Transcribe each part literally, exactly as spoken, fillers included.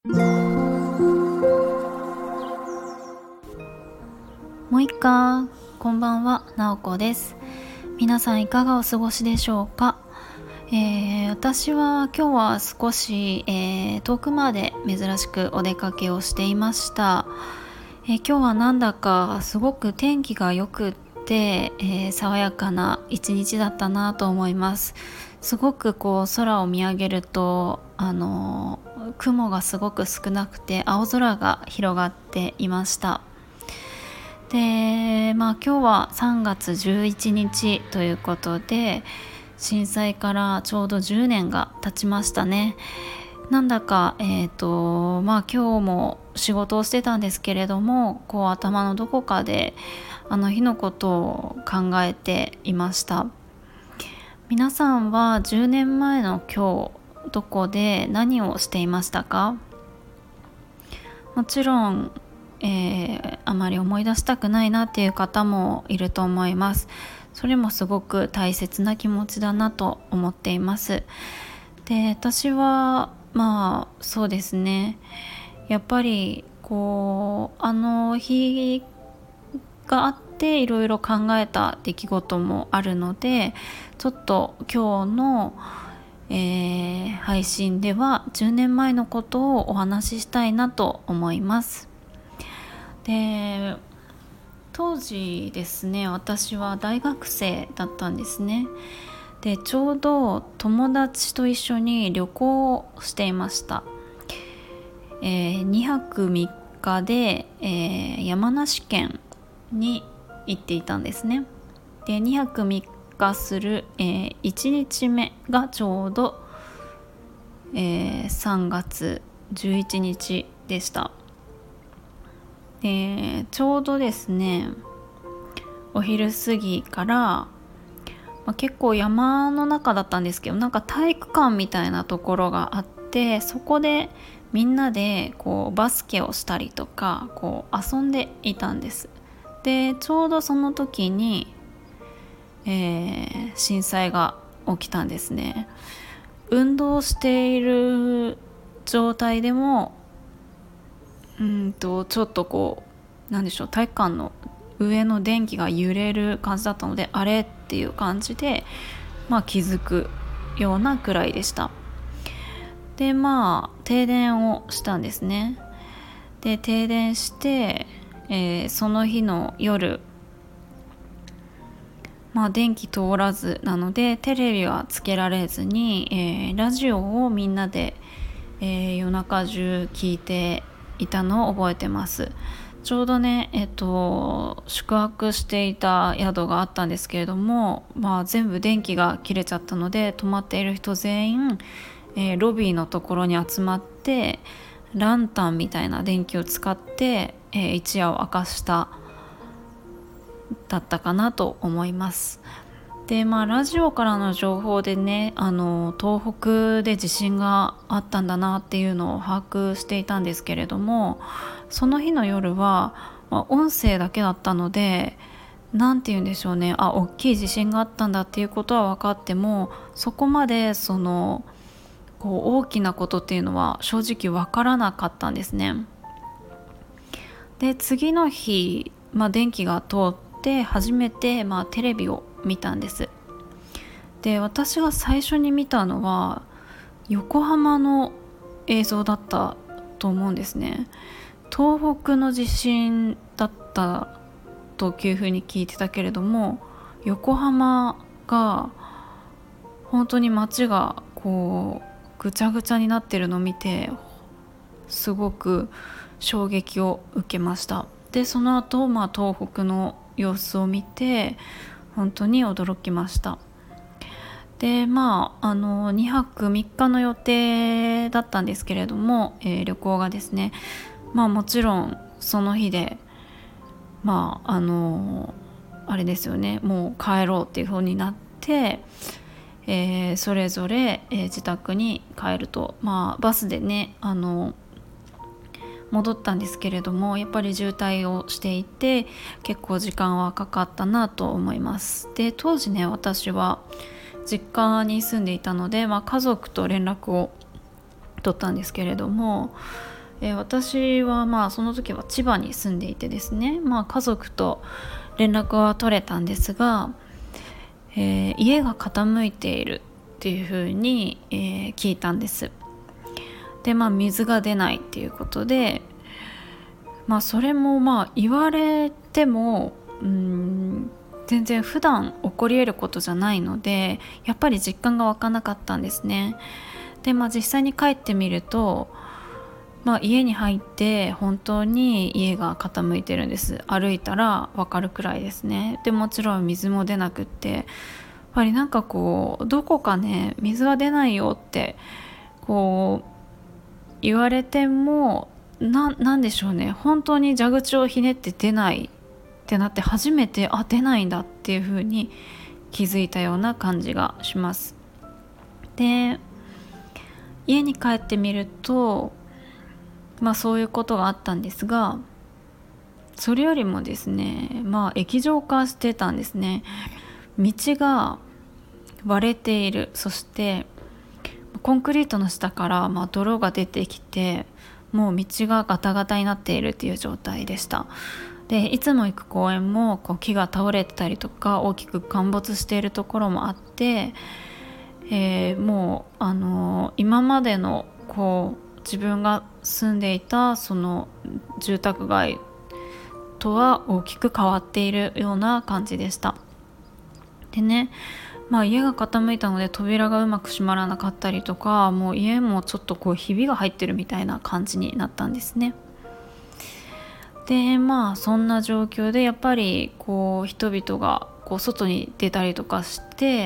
もういっか、こんばんは、なおこです。皆さんいかがお過ごしでしょうか。えー、私は今日は少し、えー、遠くまで珍しくお出かけをしていました。えー、今日はなんだかすごく天気が良くって、えー、爽やかな一日だったなと思います。すごくこう空を見上げると、あのー雲がすごく少なくて青空が広がっていました。で、まあ今日はさんがつじゅういちにちということで、震災からちょうどじゅうねんが経ちましたね。なんだかえっとまあ今日も仕事をしてたんですけれども、こう頭のどこかであの日のことを考えていました。皆さんはじゅうねんまえの今日どこで何をしていましたか？もちろん、えー、あまり思い出したくないなっていう方もいると思います。それもすごく大切な気持ちだなと思っています。で、私はまあそうですね、やっぱりこうあの日があっていろいろ考えた出来事もあるので、ちょっと今日のえー、配信ではじゅうねんまえのことをお話ししたいなと思います。で、当時ですね、私は大学生だったんですね。で、ちょうど友達と一緒に旅行をしていました。えー、にはくみっかで、えー、山梨県に行っていたんですね。で、にはくみっかする、えー、いちにちめがちょうど、えー、さんがつじゅういちにちでした。で、ちょうどですね、お昼過ぎから、まあ、結構山の中だったんですけど、なんか体育館みたいなところがあって、そこでみんなでこうバスケをしたりとかこう遊んでいたんです。で、ちょうどその時に、えー、震災が起きたんですね。運動している状態でもうんとちょっとこうなんでしょう、体育館の上の電気が揺れる感じだったので、あれっていう感じで、まあ、気づくようなくらいでした。で、まあ停電をしたんですね。で、停電して、えー、その日の夜、まあ、電気通らずなのでテレビはつけられずに、えー、ラジオをみんなで、えー、夜中中聞いていたのを覚えてます。ちょうどね、えっと、宿泊していた宿があったんですけれども、まあ、全部電気が切れちゃったので、泊まっている人全員、えー、ロビーのところに集まってランタンみたいな電気を使って、えー、一夜を明かしただったかなと思います。で、まあラジオからの情報でね、あの東北で地震があったんだなっていうのを把握していたんですけれども、その日の夜は、まあ、音声だけだったので、なんて言うんでしょうね、あ、大きい地震があったんだっていうことは分かっても、そこまでそのこう大きなことっていうのは正直分からなかったんですね。で、次の日、まあ、電気が通って初めて、まあ、テレビを見たんです。で、私が最初に見たのは横浜の映像だったと思うんですね。東北の地震だったというふうに聞いてたけれども、横浜が本当に街がこうぐちゃぐちゃになってるのを見て、すごく衝撃を受けました。で、その後、まあ、東北の様子を見て本当に驚きました。で、まあ、あのにはくみっかの予定だったんですけれども、えー、旅行がですね、まあもちろんその日で、まああのあれですよね、もう帰ろうっていう風になって、えー、それぞれ、えー、自宅に帰ると、まあバスでね、あの戻ったんですけれども、やっぱり渋滞をしていて結構時間はかかったなと思います。で、当時ね、私は実家に住んでいたので、まあ、家族と連絡を撮ったんですけれども、えー私はまあその時は千葉に住んでいてですね、まあ、家族と連絡は取れたんですが、えー家が傾いているっていうふうに、えー聞いたんです。でまあ水が出ないっていうことで、まあそれもまあ言われてもうーん全然普段起こり得ることじゃないので、やっぱり実感が湧かなかったんですね。でまあ実際に帰ってみると、まあ、家に入って本当に家が傾いてるんです。歩いたら分かるくらいですね。でもちろん水も出なくって、やっぱりなんかこうどこかね水が出ないよってこう言われても、な、なんでしょうね、本当に蛇口をひねって出ないってなって初めて、あ出ないんだっていう風に気づいたような感じがします。で家に帰ってみると、まあそういうことがあったんですが、それよりもですね、まあ液状化してたんですね。道が割れている、そしてコンクリートの下からまあ泥が出てきて、もう道がガタガタになっているっていう状態でした。でいつも行く公園もこう木が倒れてたりとか大きく陥没しているところもあって、えーもうあのー今までのこう自分が住んでいたその住宅街とは大きく変わっているような感じでした。でね、まあ家が傾いたので扉がうまく閉まらなかったりとか、もう家もちょっとこうひびが入ってるみたいな感じになったんですね。でまあそんな状況でやっぱりこう人々がこう外に出たりとかして、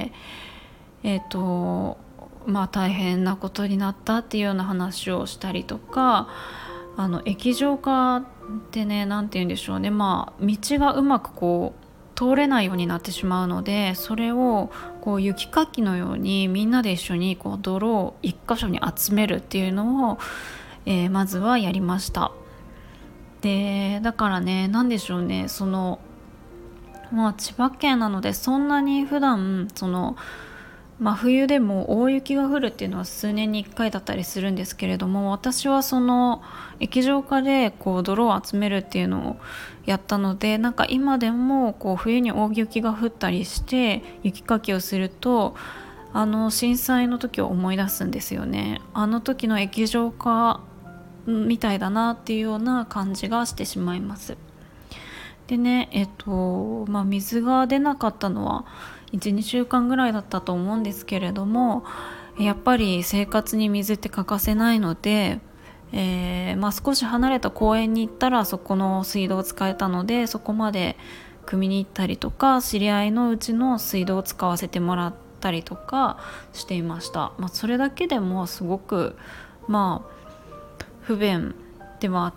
えっとまあ大変なことになったっていうような話をしたりとか、あの液状化ってね、なんて言うんでしょうね、まあ道がうまくこう通れないようになってしまうので、それをこう雪かきのようにみんなで一緒にこう泥を一箇所に集めるっていうのを、えーまずはやりました。でだからね、なんでしょうね、そのまあ千葉県なのでそんなに普段その真冬でも大雪が降るっていうのは数年にいっかいだったりするんですけれども、私はその液状化でこう泥を集めるっていうのをやったので、なんか今でもこう冬に大雪が降ったりして雪かきをすると、あの震災の時を思い出すんですよね。あの時の液状化みたいだなっていうような感じがしてしまいます。でね、えっとまあ水が出なかったのはいち、にしゅうかんぐらいだったと思うんですけれども、やっぱり生活に水って欠かせないので、えーまあ、少し離れた公園に行ったらそこの水道を使えたので、そこまで汲みに行ったりとか、知り合いのうちの水道を使わせてもらったりとかしていました。まあ、それだけでもすごくまあ不便ではあって、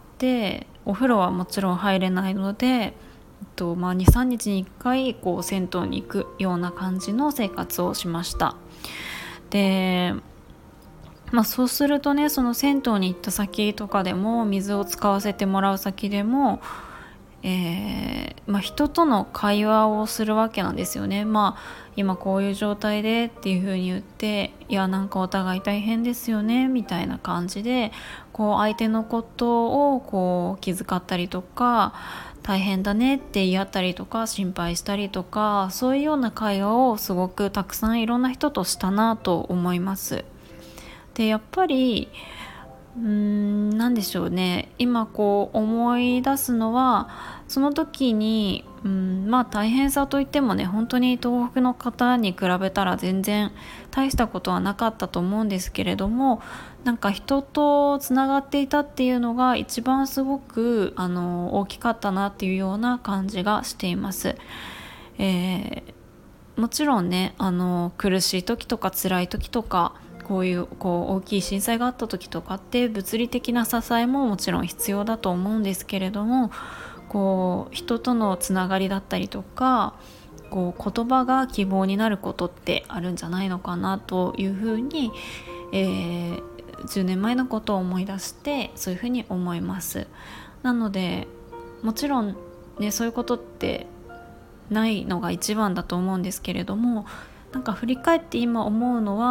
お風呂はもちろん入れないので、えっとまあ、に、さんにちにいっかいこう銭湯に行くような感じの生活をしました。で、まあ、そうするとね、その銭湯に行った先とかでも、水を使わせてもらう先でも、えーまあ、人との会話をするわけなんですよね。まあ今こういう状態でっていう風に言って、いやなんかお互い大変ですよねみたいな感じで、こう相手のことをこう気遣ったりとか、大変だねって言い合ったりとか、心配したりとか、そういうような会話をすごくたくさんいろんな人としたなと思います。でやっぱりうーんなんでしょうね、今こう思い出すのは、その時にうんまあ大変さといってもね、本当に東北の方に比べたら全然大したことはなかったと思うんですけれども、なんか人とつながっていたっていうのが一番すごくあの大きかったなっていうような感じがしています。えー、もちろんね、あの苦しい時とか辛い時とか、こういうこう大きい震災があった時とかって物理的な支えももちろん必要だと思うんですけれども、こう人とのつながりだったりとか、こう言葉が希望になることってあるんじゃないのかなというふうに、えー、じゅうねんまえのことを思い出してそういうふうに思います。なのでもちろんね、そういうことってないのが一番だと思うんですけれども、なんか振り返って今思うのは、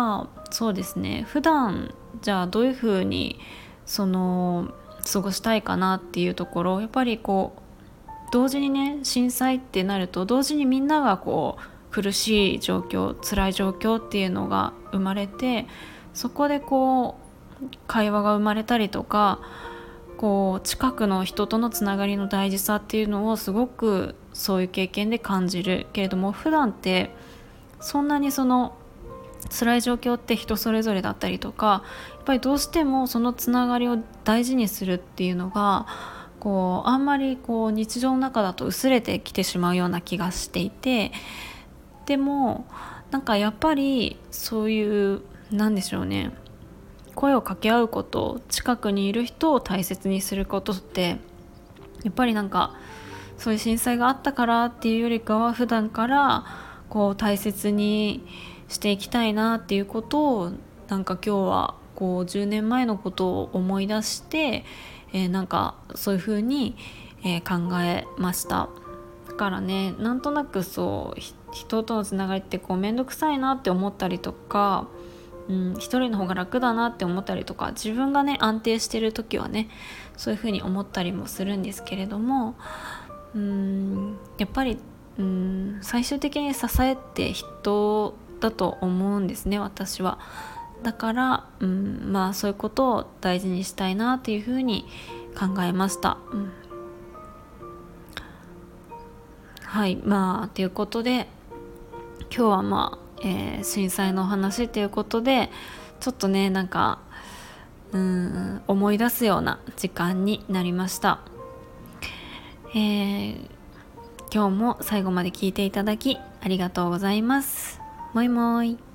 そうですね、普段じゃあどういうふうにその過ごしたいかなっていうところ、やっぱりこう同時にね、震災ってなると同時にみんながこう苦しい状況、辛い状況っていうのが生まれて、そこでこう会話が生まれたりとか、こう近くの人とのつながりの大事さっていうのをすごくそういう経験で感じるけれども、普段ってそんなにその辛い状況って人それぞれだったりとか、やっぱりどうしてもそのつながりを大事にするっていうのがこうあんまりこう日常の中だと薄れてきてしまうような気がしていて、でもなんかやっぱりそういうなんでしょうね、声を掛け合うこと、近くにいる人を大切にすることってやっぱりなんかそういう震災があったからっていうよりかは、普段からこう大切にしていきたいなっていうことを、なんか今日はこうじゅうねんまえのことを思い出して、えー、なんかそういう風に、えー、考えました。だからね、なんとなくそう人とのつながりってこうめんどくさいなって思ったりとか、うん、一人の方が楽だなって思ったりとか、自分がね安定してる時はねそういう風に思ったりもするんですけれども、うーんやっぱりうーん最終的に支えって人だと思うんですね、私は。だから、うん、まあそういうことを大事にしたいなっていう風に考えました、うん、はいまあということで今日はまあ、えー震災の話ということで、ちょっとねなんかうん思い出すような時間になりました。えー今日も最後まで聞いていただきありがとうございます。もいもい。